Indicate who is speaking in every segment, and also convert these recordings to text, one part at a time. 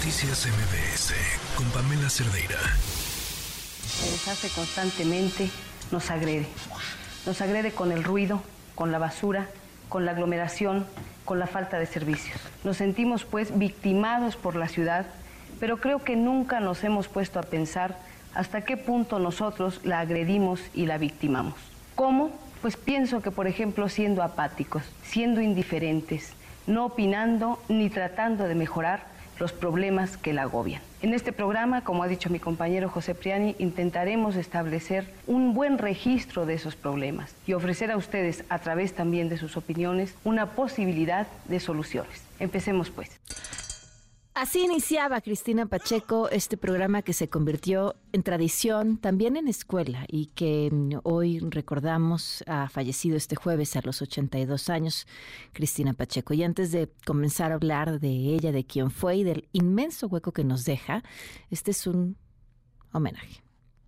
Speaker 1: Noticias MBS con Pamela Cerdeira.
Speaker 2: Se deshace constantemente, nos agrede. Nos agrede con el ruido, con la basura, con la aglomeración, con la falta de servicios. Nos sentimos pues victimados por la ciudad, pero creo que nunca nos hemos puesto a pensar hasta qué punto nosotros la agredimos y la victimamos. ¿Cómo? Pues pienso que, por ejemplo, siendo apáticos, siendo indiferentes, no opinando ni tratando de mejorar los problemas que la agobian. En este programa, como ha dicho mi compañero José Priani, intentaremos establecer un buen registro de esos problemas y ofrecer a ustedes, a través también de sus opiniones, una posibilidad de soluciones. Empecemos pues.
Speaker 3: Así iniciaba Cristina Pacheco este programa que se convirtió en tradición también en escuela y que hoy recordamos. Ha fallecido este jueves a los 82 años Cristina Pacheco. Y antes de comenzar a hablar de ella, de quién fue y del inmenso hueco que nos deja, este es un homenaje.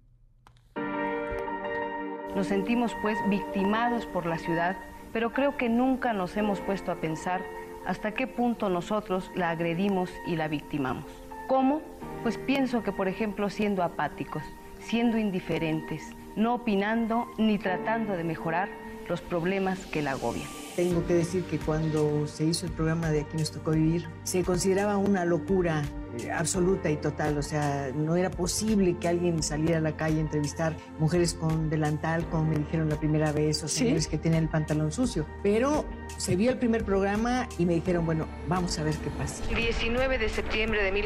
Speaker 2: Nos sentimos pues victimados por la ciudad, pero creo que nunca nos hemos puesto a pensar hasta qué punto nosotros la agredimos y la victimamos. ¿Cómo? Pues pienso que, por ejemplo, siendo apáticos, siendo indiferentes, no opinando ni tratando de mejorar los problemas que la agobian.
Speaker 4: Tengo que decir que cuando se hizo el programa de Aquí nos tocó vivir, se consideraba una locura absoluta y total. O sea, no era posible que alguien saliera a la calle a entrevistar mujeres con delantal, como me dijeron la primera vez, o señores que tenían el pantalón sucio. Pero se vio el primer programa y me dijeron, bueno, vamos a ver qué pasa.
Speaker 2: 19 de septiembre de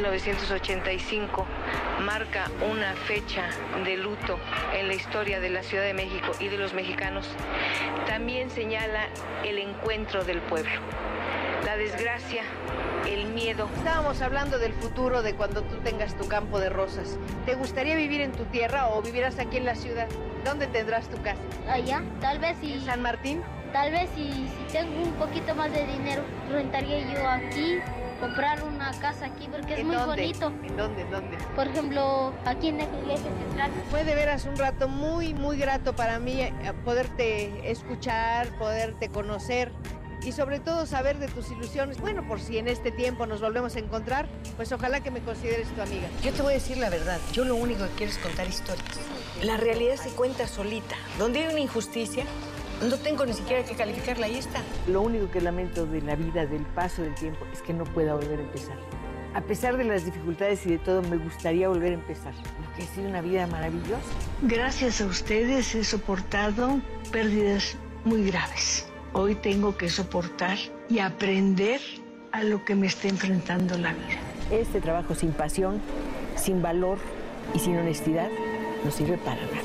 Speaker 2: 1985 marca una fecha de luto en la historia de la Ciudad de México y de los mexicanos. También señala el encuentro del pueblo, la desgracia, el miedo. Estábamos hablando del futuro, de cuando tú tengas tu campo de rosas. ¿Te gustaría vivir en tu tierra o vivirás aquí en la ciudad? ¿Dónde tendrás tu casa?
Speaker 5: Allá, tal vez si...
Speaker 2: ¿En San Martín?
Speaker 5: Tal vez si tengo un poquito más de dinero, rentaría yo aquí, comprar una casa aquí, porque es muy bonito.
Speaker 2: ¿En dónde?
Speaker 5: Por ejemplo, aquí en la iglesia central.
Speaker 6: Fue de veras un rato muy, muy grato para mí poderte escuchar, poderte conocer y sobre todo saber de tus ilusiones. Bueno, por si en este tiempo nos volvemos a encontrar, pues ojalá que me consideres tu amiga.
Speaker 7: Yo te voy a decir la verdad, yo lo único que quiero es contar historias. La realidad se cuenta solita. Donde hay una injusticia, no tengo ni siquiera que calificarla, ahí está.
Speaker 4: Lo único que lamento de la vida, del paso del tiempo, es que no pueda volver a empezar. A pesar de las dificultades y de todo, me gustaría volver a empezar, porque ha sido una vida maravillosa.
Speaker 8: Gracias a ustedes he soportado pérdidas muy graves. Hoy tengo que soportar y aprender a lo que me está enfrentando la vida.
Speaker 4: Este trabajo sin pasión, sin valor y sin honestidad no sirve para nada.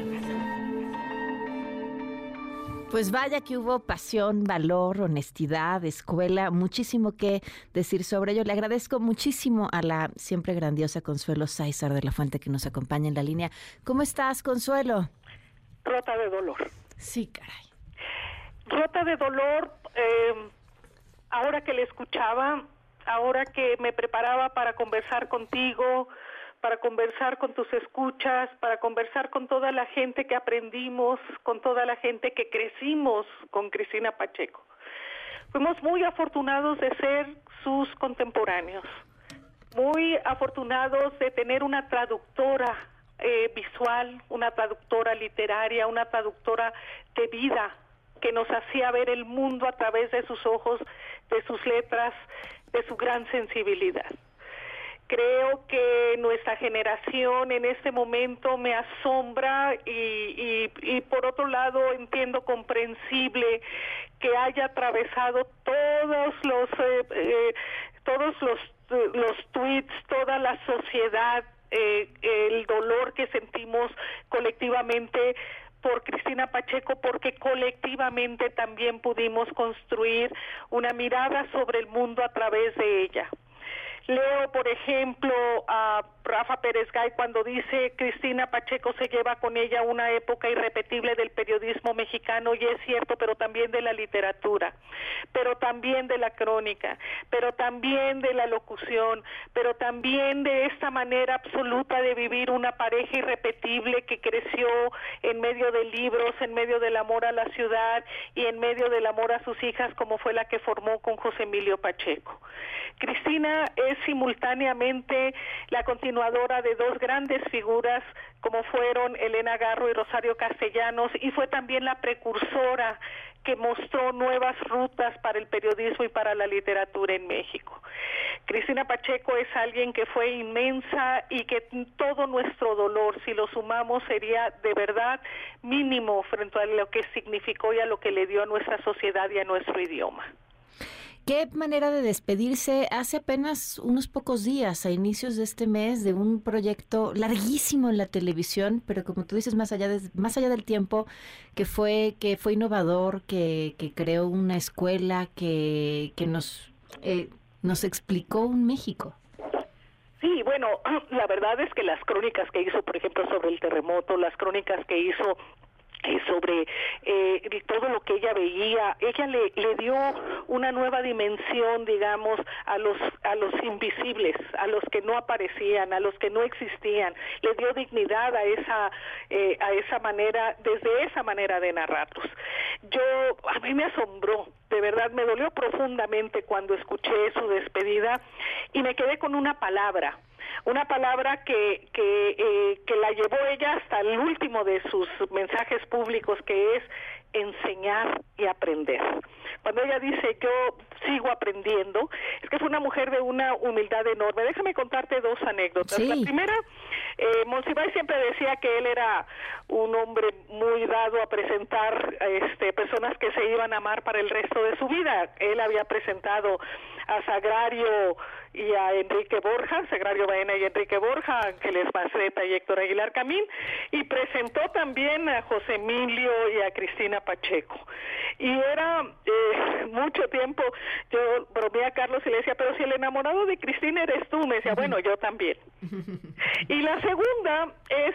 Speaker 3: Pues vaya que hubo pasión, valor, honestidad, escuela, muchísimo que decir sobre ello. Le agradezco muchísimo a la siempre grandiosa Consuelo Sáizar de la Fuente que nos acompaña en la línea. ¿Cómo estás, Consuelo?
Speaker 9: Rota de dolor.
Speaker 3: Sí, caray.
Speaker 9: Rota de dolor, ahora que le escuchaba, ahora que me preparaba para conversar contigo, para conversar con tus escuchas, para conversar con toda la gente que aprendimos, con toda la gente que crecimos con Cristina Pacheco. Fuimos muy afortunados de ser sus contemporáneos, muy afortunados de tener una traductora visual, una traductora literaria, una traductora de vida, que nos hacía ver el mundo a través de sus ojos, de sus letras, de su gran sensibilidad. Creo que nuestra generación en este momento me asombra y por otro lado entiendo comprensible que haya atravesado todos los tweets, toda la sociedad, el dolor que sentimos colectivamente por Cristina Pacheco, porque colectivamente también pudimos construir una mirada sobre el mundo a través de ella. Leo, por ejemplo, a Rafa Pérez Gay cuando dice Cristina Pacheco se lleva con ella una época irrepetible del periodismo mexicano, y es cierto, pero también de la literatura, pero también de la crónica, pero también de la locución, pero también de esta manera absoluta de vivir una pareja irrepetible que creció en medio de libros, en medio del amor a la ciudad y en medio del amor a sus hijas, como fue la que formó con José Emilio Pacheco. Cristina es simultáneamente la continuadora de dos grandes figuras como fueron Elena Garro y Rosario Castellanos, y fue también la precursora que mostró nuevas rutas para el periodismo y para la literatura en México. Cristina Pacheco es alguien que fue inmensa y que todo nuestro dolor, si lo sumamos, sería de verdad mínimo frente a lo que significó y a lo que le dio a nuestra sociedad y a nuestro idioma.
Speaker 3: Qué manera de despedirse hace apenas unos pocos días, a inicios de este mes, de un proyecto larguísimo en la televisión, pero como tú dices, más allá del tiempo, que fue innovador, que creó una escuela, que nos explicó un México.
Speaker 9: Sí, bueno, la verdad es que las crónicas que hizo, por ejemplo, sobre el terremoto, las crónicas que hizo sobre todo lo que ella veía, ella le dio una nueva dimensión, digamos, a los invisibles, a los que no aparecían, a los que no existían, le dio dignidad a esa manera, desde esa manera de narrarlos. A mí me asombró, de verdad me dolió profundamente cuando escuché su despedida y me quedé con una palabra que la llevó ella hasta el último de sus mensajes públicos, que es enseñar y aprender. Cuando ella dice yo sigo aprendiendo, es que fue una mujer de una humildad enorme. Déjame contarte dos anécdotas. Sí. La primera, Monsiváis siempre decía que él era un hombre muy dado a presentar personas que se iban a amar para el resto de su vida. Él había presentado a Sagrario y a Enrique Borja, Sagrario Baena y Enrique Borja, Ángeles Maceta y Héctor Aguilar Camín, y presentó también a José Emilio y a Cristina Pacheco. Y era mucho tiempo, yo bromeé a Carlos y le decía, pero si el enamorado de Cristina eres tú, me decía, bueno, yo también. Y la segunda es,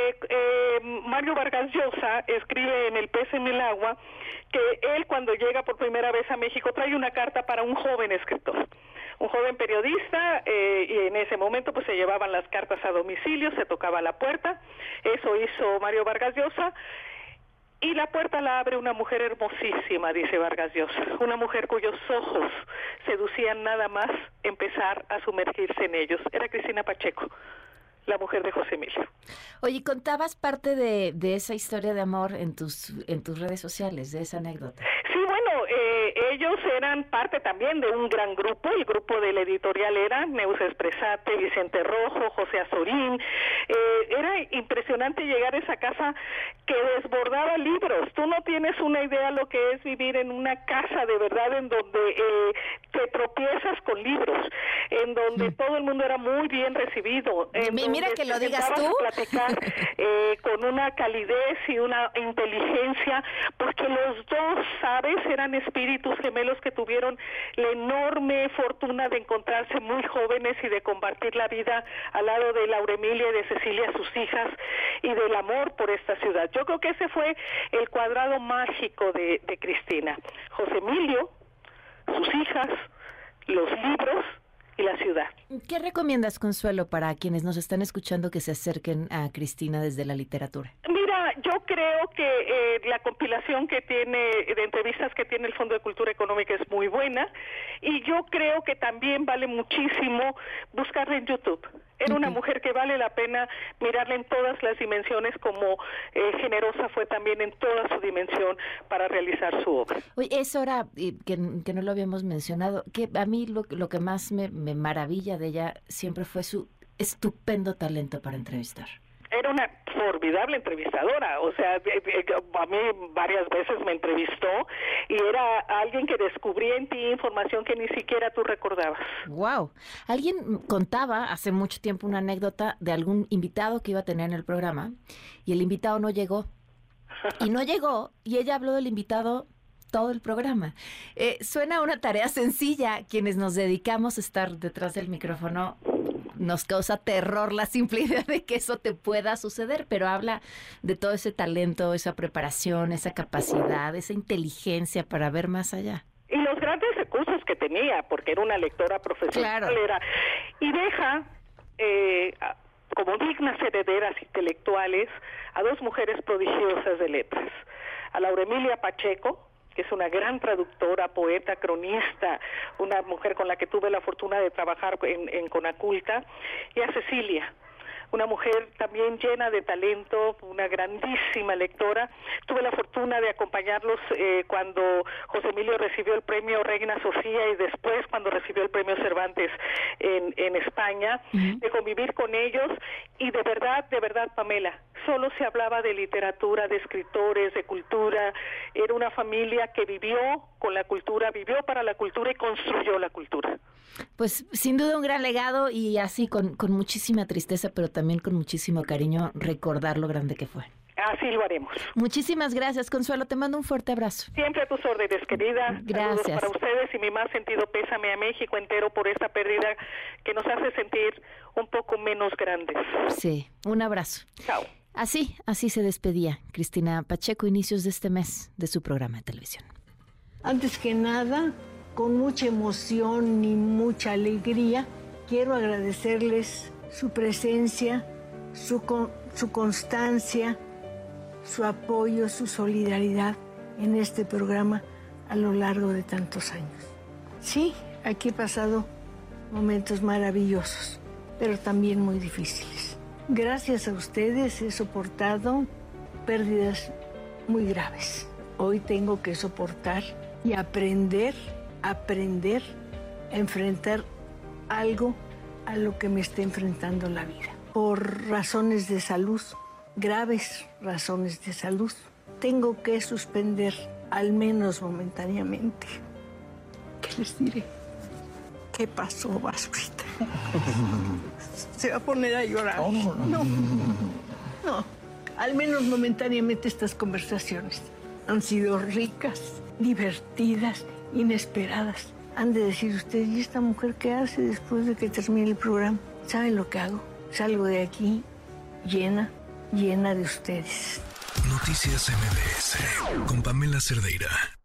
Speaker 9: Mario Vargas Llosa escribe en El pez en el agua, que él cuando llega por primera vez a México trae una carta para un joven escritor, un joven periodista, y en ese momento pues se llevaban las cartas a domicilio, se tocaba la puerta, eso hizo Mario Vargas Llosa, y la puerta la abre una mujer hermosísima, dice Vargas Llosa, una mujer cuyos ojos seducían nada más empezar a sumergirse en ellos. Era Cristina Pacheco, la mujer de José Emilio.
Speaker 3: Oye, contabas parte de esa historia de amor en tus redes sociales, de esa anécdota.
Speaker 9: Sí, bueno, ellos eran parte también de un gran grupo, el grupo de la editorial era Neus Espresate, Vicente Rojo, José Azorín. Era impresionante llegar a esa casa que desbordaba libros. Tú no tienes una idea lo que es vivir en una casa de verdad en donde te tropiezas con libros, en donde todo el mundo era muy bien recibido.
Speaker 3: Mira que lo digas tú.
Speaker 9: Platicar con una calidez y una inteligencia, porque los dos, ¿sabes? Eran espíritus gemelos que tuvieron la enorme fortuna de encontrarse muy jóvenes y de compartir la vida al lado de Laura Emilia y de Cecilia, sus hijas, y del amor por esta ciudad. Yo creo que ese fue el cuadrado mágico de Cristina. José Emilio, sus hijas, los libros y la ciudad.
Speaker 3: ¿Qué recomiendas, Consuelo, para quienes nos están escuchando que se acerquen a Cristina desde la literatura?
Speaker 9: Mira, yo creo que la compilación que tiene de entrevistas que tiene el Fondo de Cultura Económica es muy buena, y yo creo que también vale muchísimo buscarla en YouTube. Era una mujer que vale la pena mirarla en todas las dimensiones, como generosa fue también en toda su dimensión para realizar su obra.
Speaker 3: Oye, es hora, que no lo habíamos mencionado, que a mí lo que más me maravilla de ella siempre fue su estupendo talento para entrevistar.
Speaker 9: Era una formidable entrevistadora, o sea, a mí varias veces me entrevistó y era alguien que descubría en ti información que ni siquiera tú recordabas.
Speaker 3: Wow. Alguien contaba hace mucho tiempo una anécdota de algún invitado que iba a tener en el programa y el invitado no llegó. Y no llegó y ella habló del invitado todo el programa. Suena una tarea sencilla. Quienes nos dedicamos a estar detrás del micrófono nos causa terror la simple idea de que eso te pueda suceder, pero habla de todo ese talento, esa preparación, esa capacidad, esa inteligencia para ver más allá.
Speaker 9: Y los grandes recursos que tenía, porque era una lectora profesional. Claro. Y deja como dignas herederas intelectuales a dos mujeres prodigiosas de letras, a Laura Emilia Pacheco, que es una gran traductora, poeta, cronista, una mujer con la que tuve la fortuna de trabajar en Conaculta, y a Cecilia, una mujer también llena de talento, una grandísima lectora. Tuve la fortuna de acompañarlos cuando José Emilio recibió el premio Reina Sofía y después cuando recibió el premio Cervantes en España, de convivir con ellos, y de verdad, Pamela, solo se hablaba de literatura, de escritores, de cultura. Era una familia que vivió con la cultura, vivió para la cultura y construyó la cultura.
Speaker 3: Pues sin duda un gran legado, y así con muchísima tristeza, pero también con muchísimo cariño, recordar lo grande que fue.
Speaker 9: Así lo haremos.
Speaker 3: Muchísimas gracias, Consuelo. Te mando un fuerte abrazo.
Speaker 9: Siempre a tus órdenes, querida.
Speaker 3: Gracias.
Speaker 9: Saludos para ustedes y mi más sentido pésame a México entero por esta pérdida que nos hace sentir un poco menos grandes.
Speaker 3: Sí, un abrazo.
Speaker 9: Chao.
Speaker 3: Así se despedía Cristina Pacheco inicios de este mes de su programa de televisión.
Speaker 8: Antes que nada, con mucha emoción y mucha alegría, quiero agradecerles su presencia, su constancia, su apoyo, su solidaridad en este programa a lo largo de tantos años. Sí, aquí he pasado momentos maravillosos, pero también muy difíciles. Gracias a ustedes he soportado pérdidas muy graves. Hoy tengo que soportar y aprender a enfrentar algo a lo que me está enfrentando la vida. Por razones de salud, graves razones de salud, tengo que suspender, al menos momentáneamente. ¿Qué les diré? ¿Qué pasó, Basurita? Se va a poner a llorar. No. Al menos momentáneamente estas conversaciones han sido ricas, divertidas, inesperadas. Han de decir ustedes, ¿y esta mujer qué hace después de que termine el programa? ¿Saben lo que hago? Salgo de aquí llena de ustedes.
Speaker 1: Noticias MBS con Pamela Cerdeira.